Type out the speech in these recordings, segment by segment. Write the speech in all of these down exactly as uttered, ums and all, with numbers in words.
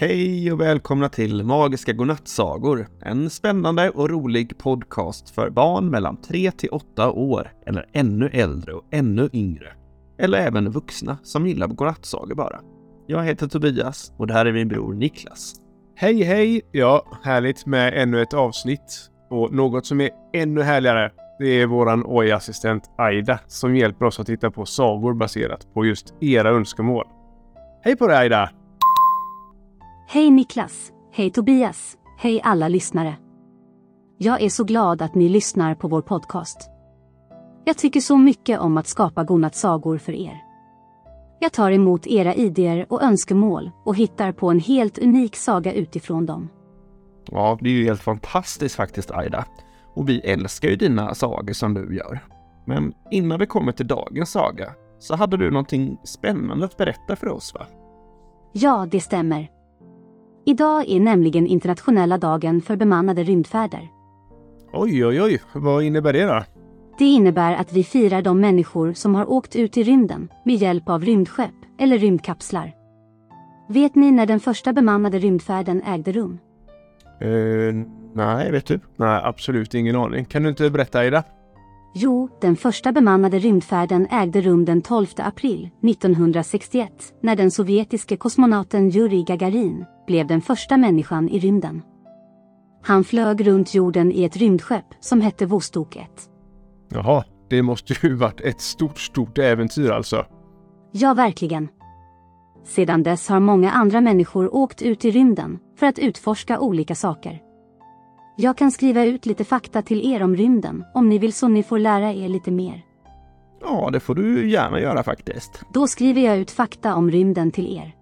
Hej och välkomna till Magiska godnattsagor, en spännande och rolig podcast för barn mellan tre till åtta år eller ännu äldre och ännu yngre. Eller även vuxna som gillar godnattsagor bara. Jag heter Tobias och det här är min bror Niklas. Hej hej! Ja, härligt med ännu ett avsnitt. Och något som är ännu härligare, det är våran O I assistent Aida som hjälper oss att titta på sagor baserat på just era önskemål. Hej på dig Aida! Hej Niklas, hej Tobias, hej alla lyssnare. Jag är så glad att ni lyssnar på vår podcast. Jag tycker så mycket om att skapa godnattsagor för er. Jag tar emot era idéer och önskemål och hittar på en helt unik saga utifrån dem. Ja, det är ju helt fantastiskt faktiskt Aida. Och vi älskar ju dina sagor som du gör. Men innan vi kommer till dagens saga så hade du någonting spännande att berätta för oss, va? Ja, det stämmer. Idag är nämligen internationella dagen för bemannade rymdfärder. Oj, oj, oj. Vad innebär det då? Det innebär att vi firar de människor som har åkt ut i rymden med hjälp av rymdskepp eller rymdkapslar. Vet ni när den första bemannade rymdfärden ägde rum? Uh, nej, vet du? Nej, absolut ingen aning. Kan du inte berätta Aida? Jo, den första bemannade rymdfärden ägde rum den tolfte april nittonhundrasextioett när den sovjetiske kosmonauten Yuri Gagarin blev den första människan i rymden. Han flög runt jorden i ett rymdskepp som hette Vostok ett. Jaha, det måste ju varit ett stort, stort äventyr alltså. Ja, verkligen. Sedan dess har många andra människor åkt ut i rymden för att utforska olika saker. Jag kan skriva ut lite fakta till er om rymden om ni vill så ni får lära er lite mer. Ja, det får du gärna göra faktiskt. Då skriver jag ut fakta om rymden till er.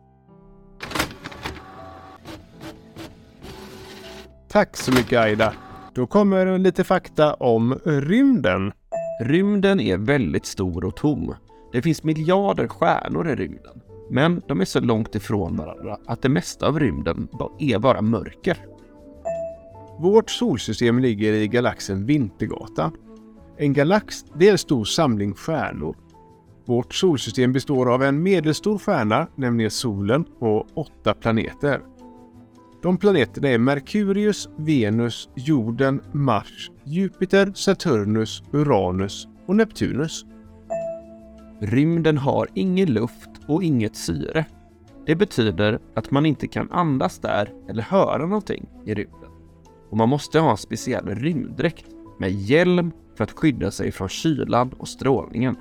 Tack så mycket Aida. Då kommer lite fakta om rymden. Rymden är väldigt stor och tom. Det finns miljarder stjärnor i rymden. Men de är så långt ifrån varandra att det mesta av rymden är bara mörker. Vårt solsystem ligger i galaxen Vintergatan. En galax det är en stor samling stjärnor. Vårt solsystem består av en medelstor stjärna, nämligen solen, och åtta planeter. De planeterna är Merkurius, Venus, jorden, Mars, Jupiter, Saturnus, Uranus och Neptunus. Rymden har ingen luft och inget syre. Det betyder att man inte kan andas där eller höra någonting i rymden. Och man måste ha en speciell rymddräkt med hjälm för att skydda sig från kylan och strålningen.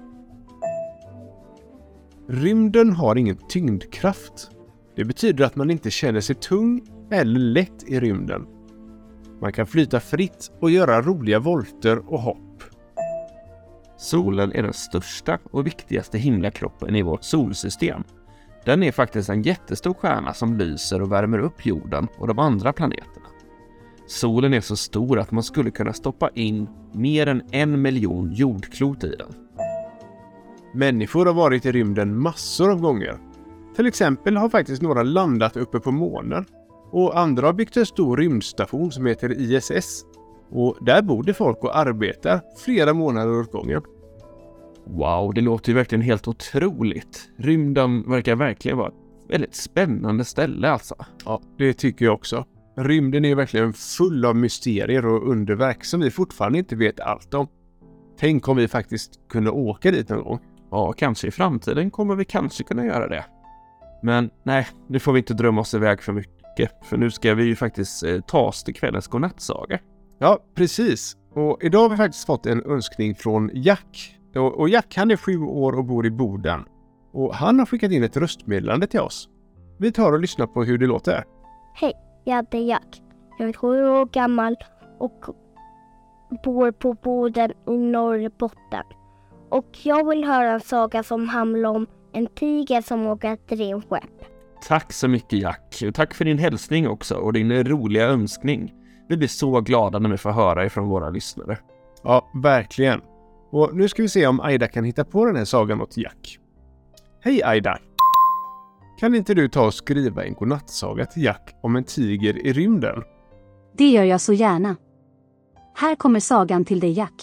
Rymden har ingen tyngdkraft. Det betyder att man inte känner sig tung eller lätt i rymden. Man kan flyta fritt och göra roliga volter och hopp. Solen är den största och viktigaste himlakroppen i vårt solsystem. Den är faktiskt en jättestor stjärna som lyser och värmer upp jorden och de andra planeterna. Solen är så stor att man skulle kunna stoppa in mer än en miljon jordklot i den. Människor har varit i rymden massor av gånger. Till exempel har faktiskt några landat uppe på månen. Och andra har byggt en stor rymdstation som heter I S S. Och där bor det folk och arbetar flera månader åt gången. Wow, det låter ju verkligen helt otroligt. Rymden verkar verkligen vara ett väldigt spännande ställe alltså. Ja, det tycker jag också. Rymden är verkligen full av mysterier och underverk som vi fortfarande inte vet allt om. Tänk om vi faktiskt kunde åka dit någon gång. Ja, kanske i framtiden kommer vi kanske kunna göra det. Men nej, nu får vi inte drömma oss iväg för mycket. För nu ska vi ju faktiskt eh, ta oss till kvällens godnattsaga. Ja, precis. Och idag har vi faktiskt fått en önskning från Jack. Och, och Jack han är sju år och bor i Boden. Och han har skickat in ett röstmeddelande till oss. Vi tar och lyssnar på hur det låter. Hej, jag heter Jack. Jag är sju år gammal och bor på Boden i Norrbotten. Och jag vill höra en saga som handlar om en tiger som åker ett rymdskepp. Tack så mycket Jack. Och tack för din hälsning också och din roliga önskning. Vi blir så glada när vi får höra ifrån våra lyssnare. Ja, verkligen. Och nu ska vi se om Aida kan hitta på den här sagan åt Jack. Hej Aida! Kan inte du ta och skriva en godnattsaga till Jack om en tiger i rymden? Det gör jag så gärna. Här kommer sagan till dig Jack.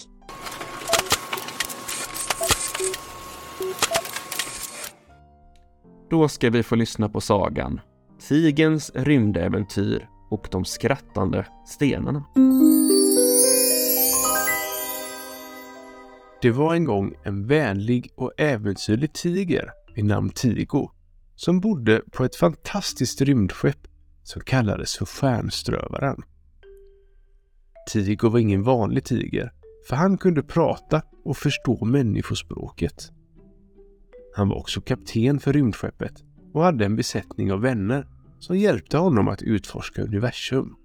Då ska vi få lyssna på sagan Tigens rymdäventyr och de skrattande stenarna. Det var en gång en vänlig och äventyrlig tiger vid namn Tigo som bodde på ett fantastiskt rymdskepp som kallades för Stjärnströvaren. Tigo var ingen vanlig tiger, för han kunde prata och förstå människospråket. Han var också kapten för rymdskeppet och hade en besättning av vänner som hjälpte honom att utforska universum.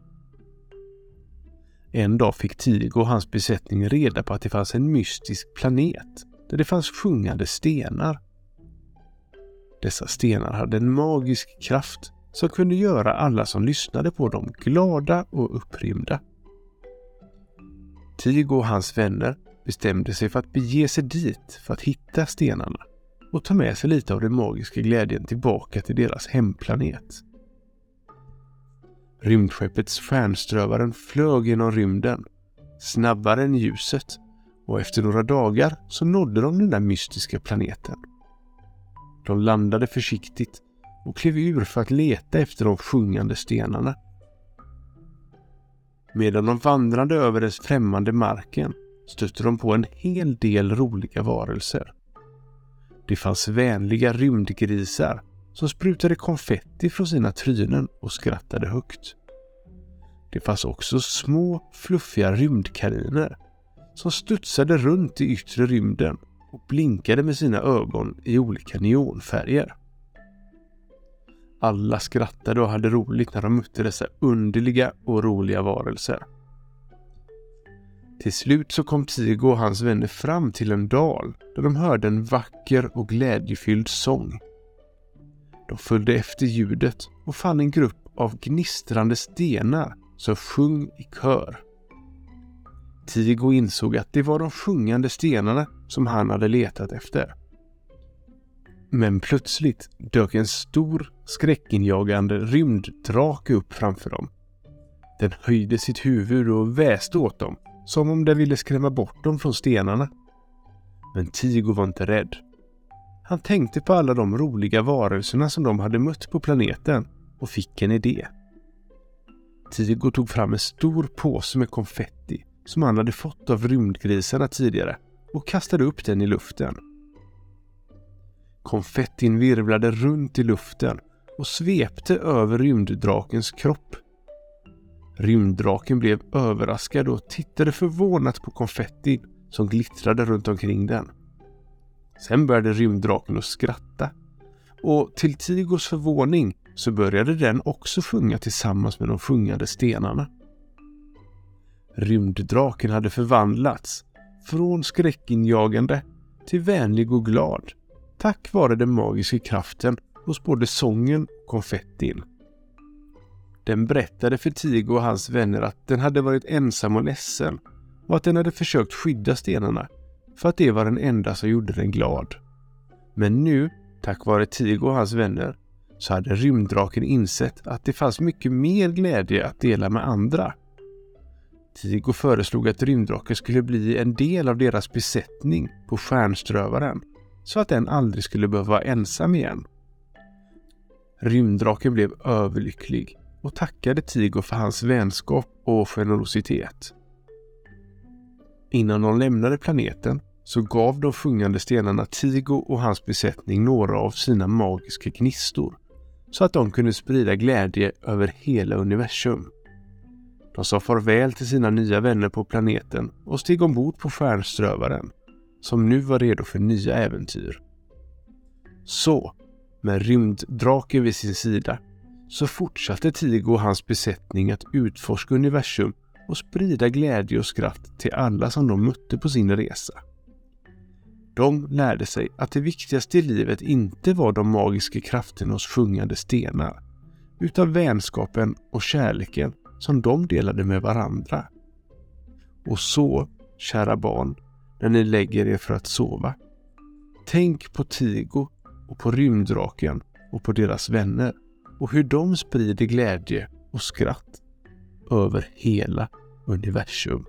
En dag fick Tigo och hans besättning reda på att det fanns en mystisk planet där det fanns sjungande stenar. Dessa stenar hade en magisk kraft som kunde göra alla som lyssnade på dem glada och upprymda. Tigo och hans vänner bestämde sig för att bege sig dit för att hitta stenarna och ta med sig lite av den magiska glädjen tillbaka till deras hemplanet. Rymdskeppets Stjärnströvaren flög genom rymden, snabbare än ljuset, och efter några dagar så nådde de den där mystiska planeten. De landade försiktigt och klev ur för att leta efter de sjungande stenarna. Medan de vandrade över den främmande marken stötte de på en hel del roliga varelser. Det fanns vänliga rymdgrisar som sprutade konfetti från sina trynen och skrattade högt. Det fanns också små, fluffiga rymdkaniner som studsade runt i yttre rymden och blinkade med sina ögon i olika neonfärger. Alla skrattade och hade roligt när de mötte dessa underliga och roliga varelser. Till slut så kom Tigo och hans vänner fram till en dal där de hörde en vacker och glädjefylld sång. De följde efter ljudet och fann en grupp av gnistrande stenar som sjöng i kör. Tigo insåg att det var de sjungande stenarna som han hade letat efter. Men plötsligt dök en stor, skräckinjagande rymddrake upp framför dem. Den höjde sitt huvud och väste åt dem, som om den ville skrämma bort dem från stenarna. Men Tigo var inte rädd. Han tänkte på alla de roliga varelserna som de hade mött på planeten och fick en idé. Tigo tog fram en stor påse med konfetti som han hade fått av rymdgrisarna tidigare och kastade upp den i luften. Konfettin virvlade runt i luften och svepte över rymddrakens kropp. Rymddraken blev överraskad och tittade förvånat på konfettin som glittrade runt omkring den. Sen började rymddraken att skratta, och till Tigos förvåning så började den också sjunga tillsammans med de sjungande stenarna. Rymddraken hade förvandlats från skräckinjagande till vänlig och glad, tack vare den magiska kraften hos både sången och konfettin. Den berättade för Tigo och hans vänner att den hade varit ensam och ledsen och att den hade försökt skydda stenarna för att det var den enda som gjorde den glad. Men nu, tack vare Tigo och hans vänner, så hade rymddraken insett att det fanns mycket mer glädje att dela med andra. Tigo föreslog att rymddraken skulle bli en del av deras besättning på Stjärnströvaren, så att den aldrig skulle behöva vara ensam igen. Rymddraken blev överlycklig och tackade Tigo för hans vänskap och generositet. Innan de lämnade planeten så gav de sjungande stenarna Tigo och hans besättning några av sina magiska gnistor, så att de kunde sprida glädje över hela universum. De sa farväl till sina nya vänner på planeten och steg ombord på Stjärnströvaren, som nu var redo för nya äventyr. Så, med rymddraken vid sin sida, så fortsatte Tigo och hans besättning att utforska universum och sprida glädje och skratt till alla som de mötte på sin resa. De lärde sig att det viktigaste i livet inte var de magiska krafterna hos sjungande stenar, utan vänskapen och kärleken som de delade med varandra. Och så, kära barn, när ni lägger er för att sova, tänk på Tigo och på rymddraken och på deras vänner och hur de sprider glädje och skratt över hela universum.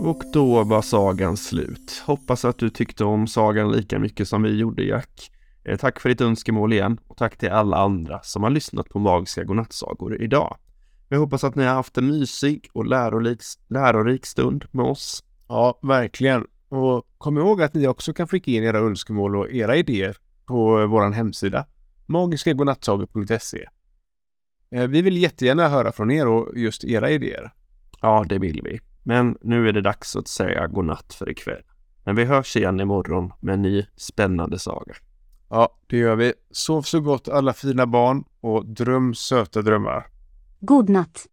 Och då var sagan slut. Hoppas att du tyckte om sagan lika mycket som vi gjorde, Jack. Eh, tack för ditt önskemål igen och tack till alla andra som har lyssnat på Magiska godnattsagor idag. Jag hoppas att ni har haft en mysig och lärorik, lärorik stund med oss. Ja, verkligen. Och kom ihåg att ni också kan skicka in era önskemål och era idéer på vår hemsida magiska godnattsagor punkt se. Vi vill jättegärna höra från er och just era idéer. Ja, det vill vi. Men nu är det dags att säga godnatt för ikväll. Men vi hörs igen imorgon med en ny spännande saga. Ja, det gör vi. Sov så gott alla fina barn och dröm söta drömmar. God natt.